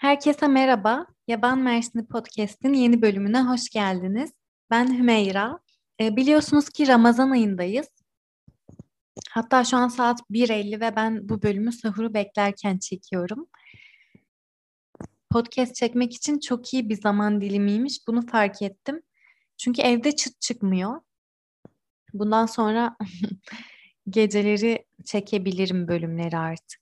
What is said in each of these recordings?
Herkese merhaba. Yaban Mersini Podcast'in yeni bölümüne hoş geldiniz. Ben Hümeyra. Biliyorsunuz ki Ramazan ayındayız. Hatta şu an saat 1:50 ve ben bu bölümü sahuru beklerken çekiyorum. Podcast çekmek için çok iyi bir zaman dilimiymiş. Bunu fark ettim. Çünkü evde çıt çıkmıyor. Bundan sonra geceleri çekebilirim bölümleri artık.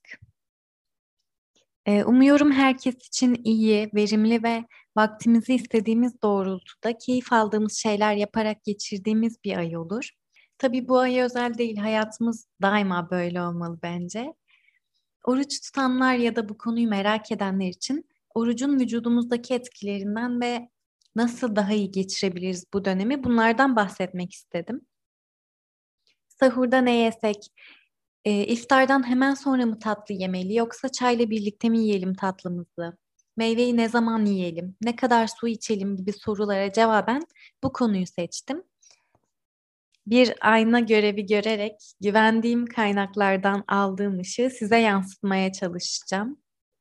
Umuyorum herkes için iyi, verimli ve vaktimizi istediğimiz doğrultuda keyif aldığımız şeyler yaparak geçirdiğimiz bir ay olur. Tabii bu ay özel değil, hayatımız daima böyle olmalı bence. Oruç tutanlar ya da bu konuyu merak edenler için orucun vücudumuzdaki etkilerinden ve nasıl daha iyi geçirebiliriz bu dönemi bunlardan bahsetmek istedim. Sahurda ne yesek, iftardan hemen sonra mı tatlı yemeli yoksa çayla birlikte mi yiyelim tatlımızı? Meyveyi ne zaman yiyelim? Ne kadar su içelim gibi sorulara cevaben bu konuyu seçtim. Bir ayna görevi görerek güvendiğim kaynaklardan aldığım ışığı size yansıtmaya çalışacağım.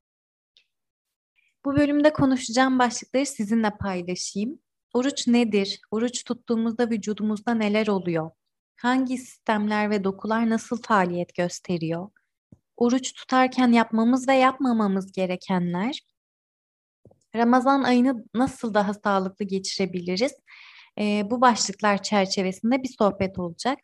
Bu bölümde konuşacağım başlıkları sizinle paylaşayım. Oruç nedir? Oruç tuttuğumuzda vücudumuzda neler oluyor? Hangi sistemler ve dokular nasıl faaliyet gösteriyor? Oruç tutarken yapmamız ve yapmamamız gerekenler, Ramazan ayını nasıl daha sağlıklı geçirebiliriz? Bu başlıklar çerçevesinde bir sohbet olacak.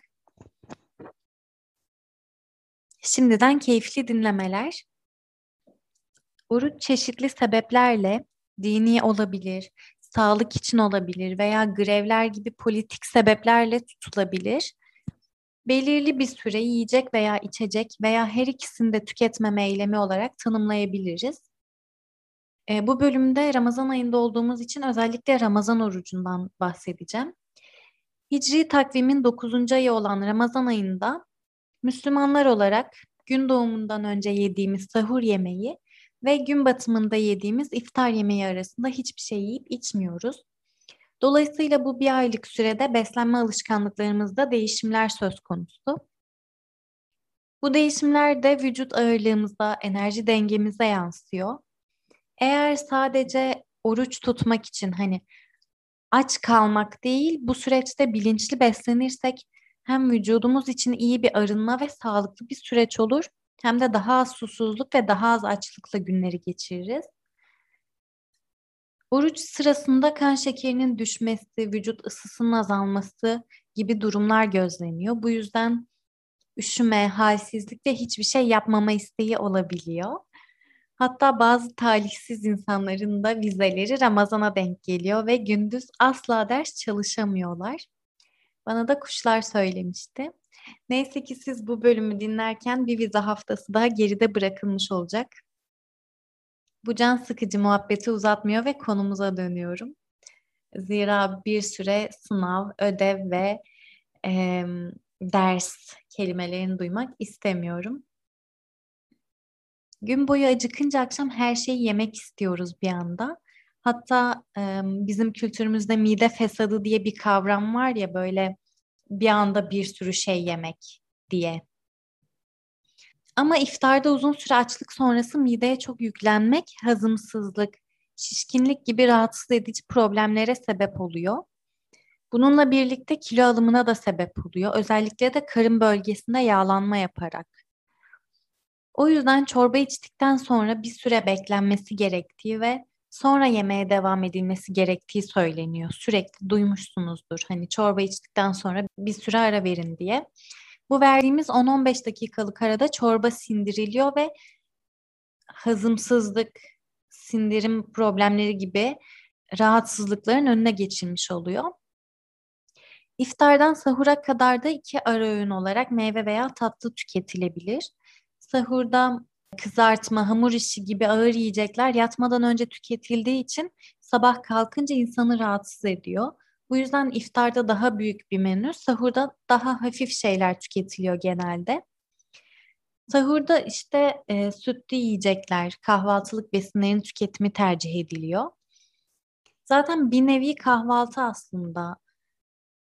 Şimdiden keyifli dinlemeler. Oruç çeşitli sebeplerle dini olabilir, sağlık için olabilir veya grevler gibi politik sebeplerle tutulabilir. Belirli bir süre yiyecek veya içecek veya her ikisini de tüketmeme eylemi olarak tanımlayabiliriz. Bu bölümde Ramazan ayında olduğumuz için özellikle Ramazan orucundan bahsedeceğim. Hicri takvimin 9. ayı olan Ramazan ayında Müslümanlar olarak gün doğumundan önce yediğimiz sahur yemeği ve gün batımında yediğimiz iftar yemeği arasında hiçbir şey yiyip içmiyoruz. Dolayısıyla bu bir aylık sürede beslenme alışkanlıklarımızda değişimler söz konusu. Bu değişimler de vücut ağırlığımıza, enerji dengemize yansıyor. Eğer sadece oruç tutmak için hani aç kalmak değil, bu süreçte bilinçli beslenirsek hem vücudumuz için iyi bir arınma ve sağlıklı bir süreç olur, hem de daha az susuzluk ve daha az açlıkla günleri geçiririz. Oruç sırasında kan şekerinin düşmesi, vücut ısısının azalması gibi durumlar gözleniyor. Bu yüzden üşüme, halsizlik ve hiçbir şey yapmama isteği olabiliyor. Hatta bazı talihsiz insanların da vizeleri Ramazan'a denk geliyor ve gündüz asla ders çalışamıyorlar. Bana da kuşlar söylemişti. Neyse ki siz bu bölümü dinlerken bir vize haftası daha geride bırakılmış olacak. Bu can sıkıcı muhabbeti uzatmıyor ve konumuza dönüyorum. Zira bir süre sınav, ödev ve ders kelimelerini duymak istemiyorum. Gün boyu acıkınca akşam her şeyi yemek istiyoruz bir anda. Hatta bizim kültürümüzde mide fesadı diye bir kavram var ya, böyle bir anda bir sürü şey yemek diye. Ama iftarda uzun süre açlık sonrası mideye çok yüklenmek, hazımsızlık, şişkinlik gibi rahatsız edici problemlere sebep oluyor. Bununla birlikte kilo alımına da sebep oluyor. Özellikle de karın bölgesinde yağlanma yaparak. O yüzden çorba içtikten sonra bir süre beklenmesi gerektiği ve sonra yemeğe devam edilmesi gerektiği söyleniyor. Sürekli duymuşsunuzdur. Hani çorba içtikten sonra bir süre ara verin diye. Bu verdiğimiz 10-15 dakikalık arada çorba sindiriliyor ve hazımsızlık, sindirim problemleri gibi rahatsızlıkların önüne geçilmiş oluyor. İftardan sahura kadar da iki ara öğün olarak meyve veya tatlı tüketilebilir. Sahurda kızartma, hamur işi gibi ağır yiyecekler yatmadan önce tüketildiği için sabah kalkınca insanı rahatsız ediyor. Bu yüzden iftarda daha büyük bir menü, sahurda daha hafif şeyler tüketiliyor genelde. Sahurda işte sütlü yiyecekler, kahvaltılık besinlerin tüketimi tercih ediliyor. Zaten bir nevi kahvaltı aslında.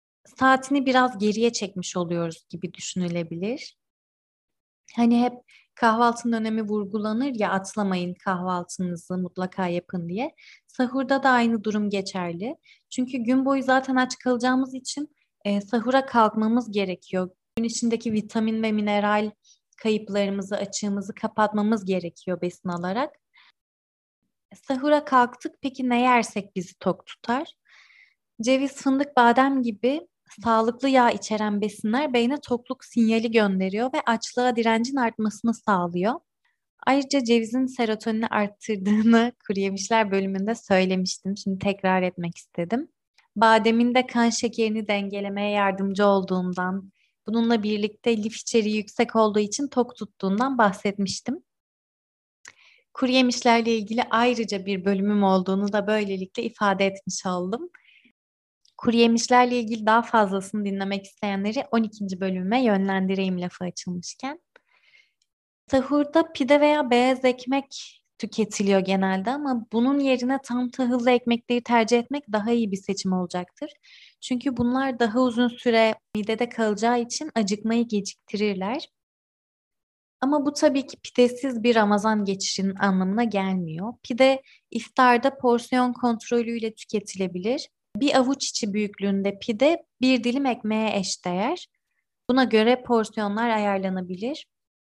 Saatini biraz geriye çekmiş oluyoruz gibi düşünülebilir. Hani hep Kahvaltının önemi vurgulanır ya, atlamayın kahvaltınızı mutlaka yapın diye. Sahurda da aynı durum geçerli. Çünkü gün boyu zaten aç kalacağımız için sahura kalkmamız gerekiyor. Gün içindeki vitamin ve mineral kayıplarımızı, açığımızı kapatmamız gerekiyor besin alarak. Sahura kalktık, peki ne yersek bizi tok tutar? Ceviz, fındık, badem gibi sağlıklı yağ içeren besinler beyne tokluk sinyali gönderiyor ve açlığa direncin artmasını sağlıyor. Ayrıca cevizin serotonini arttırdığını kuru bölümünde söylemiştim. Şimdi tekrar etmek istedim. Bademin de kan şekerini dengelemeye yardımcı olduğundan, bununla birlikte lif içeriği yüksek olduğu için tok tuttuğundan bahsetmiştim. Kuru yemişlerle ilgili ayrıca bir bölümüm olduğunu da böylelikle ifade etmiş oldum. Kuru yemişlerle ilgili daha fazlasını dinlemek isteyenleri 12. bölüme yönlendireyim lafı açılmışken. Sahurda pide veya beyaz ekmek tüketiliyor genelde ama bunun yerine tam tahıllı ekmekleri tercih etmek daha iyi bir seçim olacaktır. Çünkü bunlar daha uzun süre midede kalacağı için acıkmayı geciktirirler. Ama bu tabii ki pidesiz bir Ramazan geçişinin anlamına gelmiyor. Pide iftarda porsiyon kontrolüyle tüketilebilir. Bir avuç içi büyüklüğünde pide bir dilim ekmeğe eşdeğer. Buna göre porsiyonlar ayarlanabilir.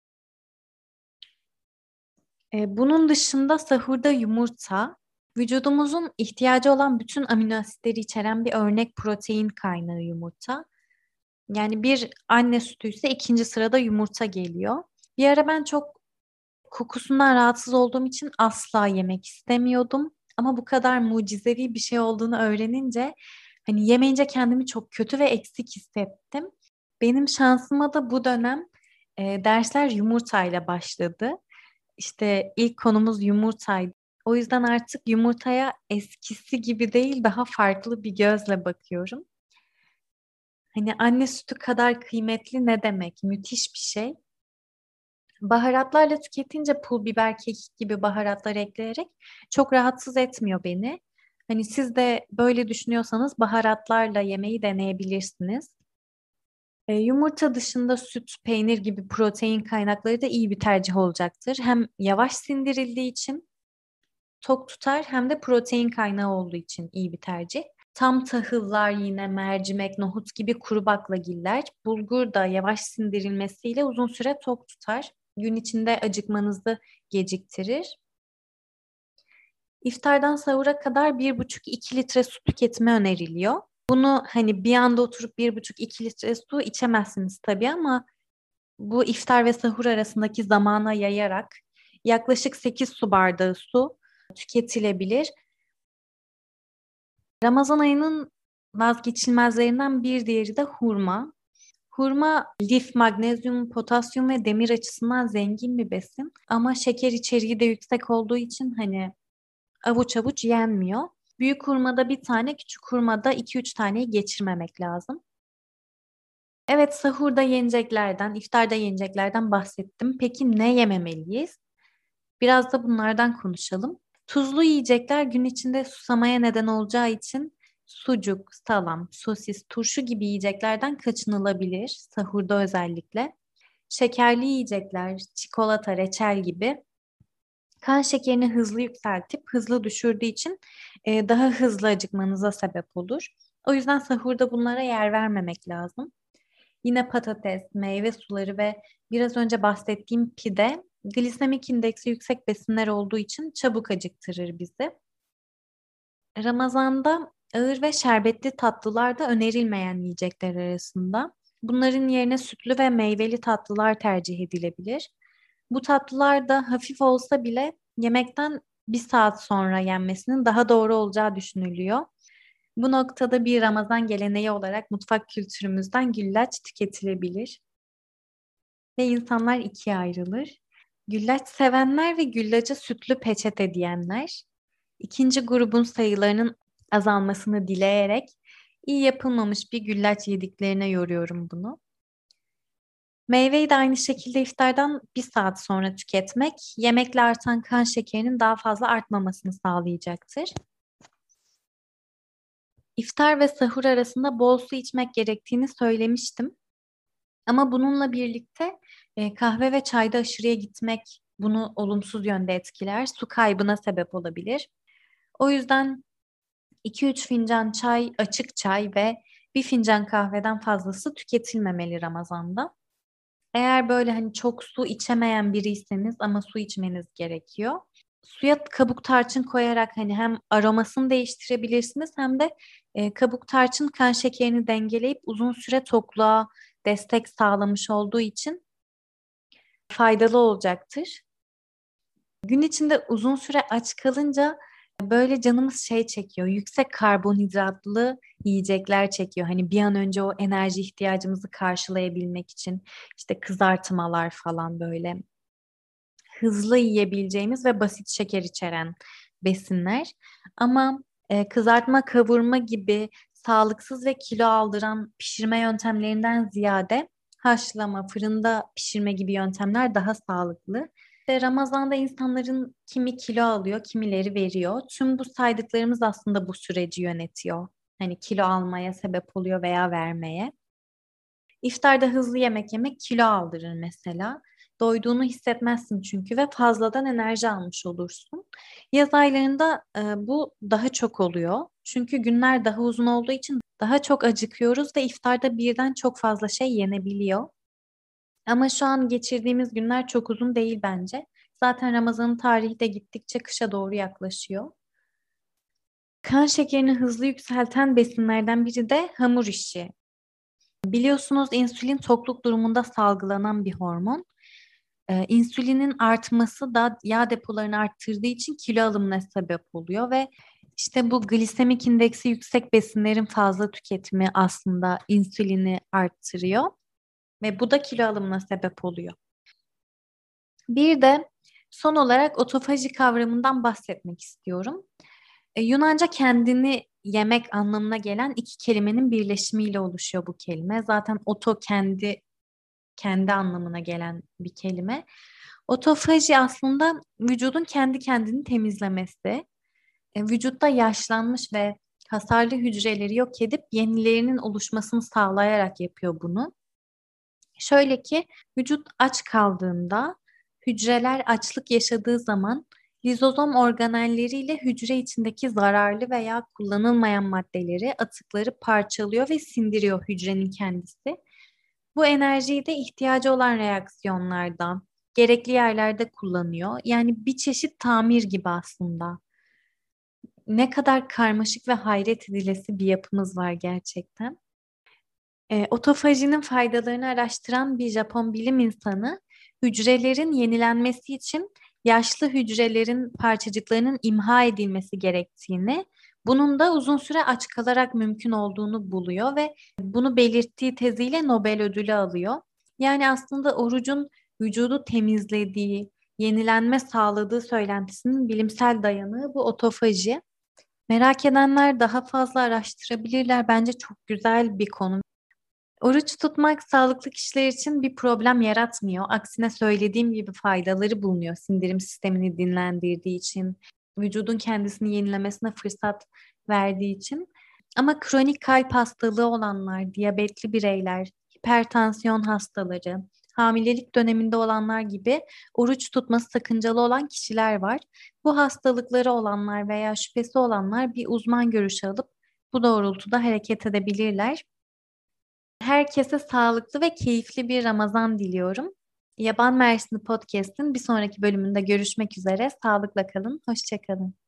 Bunun dışında sahurda yumurta, vücudumuzun ihtiyacı olan bütün amino asitleri içeren bir örnek protein kaynağı yumurta. Yani bir anne sütü ise ikinci sırada yumurta geliyor. Bir ara ben çok kokusundan rahatsız olduğum için asla yemek istemiyordum. Ama bu kadar mucizevi bir şey olduğunu öğrenince hani yemeyince kendimi çok kötü ve eksik hissettim. Benim şansıma da bu dönem dersler yumurtayla başladı. İşte ilk konumuz yumurtaydı. O yüzden artık yumurtaya eskisi gibi değil daha farklı bir gözle bakıyorum. Hani anne sütü kadar kıymetli ne demek? Müthiş bir şey. Baharatlarla tüketince pul biber, kekik gibi baharatlar ekleyerek çok rahatsız etmiyor beni. Hani siz de böyle düşünüyorsanız baharatlarla yemeği deneyebilirsiniz. Yumurta dışında süt, peynir gibi protein kaynakları da iyi bir tercih olacaktır. Hem yavaş sindirildiği için tok tutar hem de protein kaynağı olduğu için iyi bir tercih. Tam tahıllar yine mercimek, nohut gibi kuru baklagiller, bulgur da yavaş sindirilmesiyle uzun süre tok tutar. Gün içinde acıkmanızı geciktirir. İftardan sahura kadar 1,5-2 litre su tüketimi öneriliyor. Bunu hani bir anda oturup 1,5-2 litre su içemezsiniz tabii ama bu iftar ve sahur arasındaki zamana yayarak yaklaşık 8 su bardağı su tüketilebilir. Ramazan ayının vazgeçilmezlerinden bir diğeri de hurma. Hurma lif, magnezyum, potasyum ve demir açısından zengin bir besin ama şeker içeriği de yüksek olduğu için hani avuç avuç yenmiyor. Büyük hurmada bir tane, küçük hurmada 2-3 taneyi geçirmemek lazım. Evet, sahurda yeneceklerden, iftarda yeneceklerden bahsettim. Peki ne yememeliyiz? Biraz da bunlardan konuşalım. Tuzlu yiyecekler gün içinde susamaya neden olacağı için sucuk, salam, sosis, turşu gibi yiyeceklerden kaçınılabilir, sahurda özellikle. Şekerli yiyecekler, çikolata, reçel gibi kan şekerini hızlı yükseltip hızlı düşürdüğü için daha hızlı acıkmanıza sebep olur. O yüzden sahurda bunlara yer vermemek lazım. Yine patates, meyve suları ve biraz önce bahsettiğim pide glisemik indeksi yüksek besinler olduğu için çabuk acıktırır bizi. Ramazanda ağır ve şerbetli tatlılar da önerilmeyen yiyecekler arasında. Bunların yerine sütlü ve meyveli tatlılar tercih edilebilir. Bu tatlılar da hafif olsa bile yemekten 1 saat sonra yenmesinin daha doğru olacağı düşünülüyor. Bu noktada bir Ramazan geleneği olarak mutfak kültürümüzden güllaç tüketilebilir ve insanlar ikiye ayrılır. Güllaç sevenler ve güllaca sütlü peçete diyenler. İkinci grubun sayılarının azalmasını dileyerek iyi yapılmamış bir güllaç yediklerine yoruyorum bunu. Meyveyi de aynı şekilde iftardan 1 saat sonra tüketmek, yemekle artan kan şekerinin daha fazla artmamasını sağlayacaktır. İftar ve sahur arasında bol su içmek gerektiğini söylemiştim. Ama bununla birlikte kahve ve çayda aşırıya gitmek bunu olumsuz yönde etkiler. Su kaybına sebep olabilir. O yüzden 2-3 fincan çay, açık çay ve bir fincan kahveden fazlası tüketilmemeli Ramazan'da. Eğer böyle hani çok su içemeyen biriyseniz ama su içmeniz gerekiyor. Suya kabuk tarçın koyarak hani hem aromasını değiştirebilirsiniz hem de kabuk tarçın kan şekerini dengeleyip uzun süre tokluğa destek sağlamış olduğu için faydalı olacaktır. Gün içinde uzun süre aç kalınca böyle canımız şey çekiyor. Yüksek karbonhidratlı yiyecekler çekiyor. Hani bir an önce o enerji ihtiyacımızı karşılayabilmek için işte kızartmalar falan böyle hızlı yiyebileceğimiz ve basit şeker içeren besinler. Ama kızartma, kavurma gibi sağlıksız ve kilo aldıran pişirme yöntemlerinden ziyade haşlama, fırında pişirme gibi yöntemler daha sağlıklı. Ve Ramazan'da insanların kimi kilo alıyor, kimileri veriyor. Tüm bu saydıklarımız aslında bu süreci yönetiyor. Hani kilo almaya sebep oluyor veya vermeye. İftarda hızlı yemek yemek kilo aldırır mesela. Doyduğunu hissetmezsin çünkü ve fazladan enerji almış olursun. Yaz aylarında bu daha çok oluyor. Çünkü günler daha uzun olduğu için daha çok acıkıyoruz ve iftarda birden çok fazla şey yenebiliyor. Ama şu an geçirdiğimiz günler çok uzun değil bence. Zaten Ramazan'ın tarihi de gittikçe kışa doğru yaklaşıyor. Kan şekerini hızlı yükselten besinlerden biri de hamur işi. Biliyorsunuz insülin tokluk durumunda salgılanan bir hormon. İnsülinin artması da yağ depolarını arttırdığı için kilo alımına sebep oluyor ve işte bu glisemik indeksi yüksek besinlerin fazla tüketimi aslında insülini arttırıyor ve bu da kilo alımına sebep oluyor. Bir de son olarak otofaji kavramından bahsetmek istiyorum. Yunanca kendini yemek anlamına gelen iki kelimenin birleşimiyle oluşuyor bu kelime. Zaten oto kendi anlamına gelen bir kelime. Otofaji aslında vücudun kendi kendini temizlemesi. Vücutta yaşlanmış ve hasarlı hücreleri yok edip yenilerinin oluşmasını sağlayarak yapıyor bunu. Şöyle ki vücut aç kaldığında hücreler açlık yaşadığı zaman lizozom organelleriyle hücre içindeki zararlı veya kullanılmayan maddeleri, atıkları parçalıyor ve sindiriyor hücrenin kendisi. Bu enerjiyi de ihtiyacı olan reaksiyonlarda, gerekli yerlerde kullanıyor. Yani bir çeşit tamir gibi aslında. Ne kadar karmaşık ve hayret edilesi bir yapımız var gerçekten. Otofajinin faydalarını araştıran bir Japon bilim insanı, hücrelerin yenilenmesi için yaşlı hücrelerin parçacıklarının imha edilmesi gerektiğini, bunun da uzun süre aç kalarak mümkün olduğunu buluyor ve bunu belirttiği teziyle Nobel ödülü alıyor. Yani aslında orucun vücudu temizlediği, yenilenme sağladığı söylentisinin bilimsel dayanığı bu otofaji. Merak edenler daha fazla araştırabilirler. Bence çok güzel bir konu. Oruç tutmak sağlıklı kişiler için bir problem yaratmıyor. Aksine söylediğim gibi faydaları bulunuyor. Sindirim sistemini dinlendirdiği için, vücudun kendisini yenilemesine fırsat verdiği için. Ama kronik kalp hastalığı olanlar, diyabetli bireyler, hipertansiyon hastaları, hamilelik döneminde olanlar gibi oruç tutması sakıncalı olan kişiler var. Bu hastalıkları olanlar veya şüphesi olanlar bir uzman görüşü alıp bu doğrultuda hareket edebilirler. Herkese sağlıklı ve keyifli bir Ramazan diliyorum. Yaban Mersini Podcast'in bir sonraki bölümünde görüşmek üzere. Sağlıkla kalın, hoşça kalın.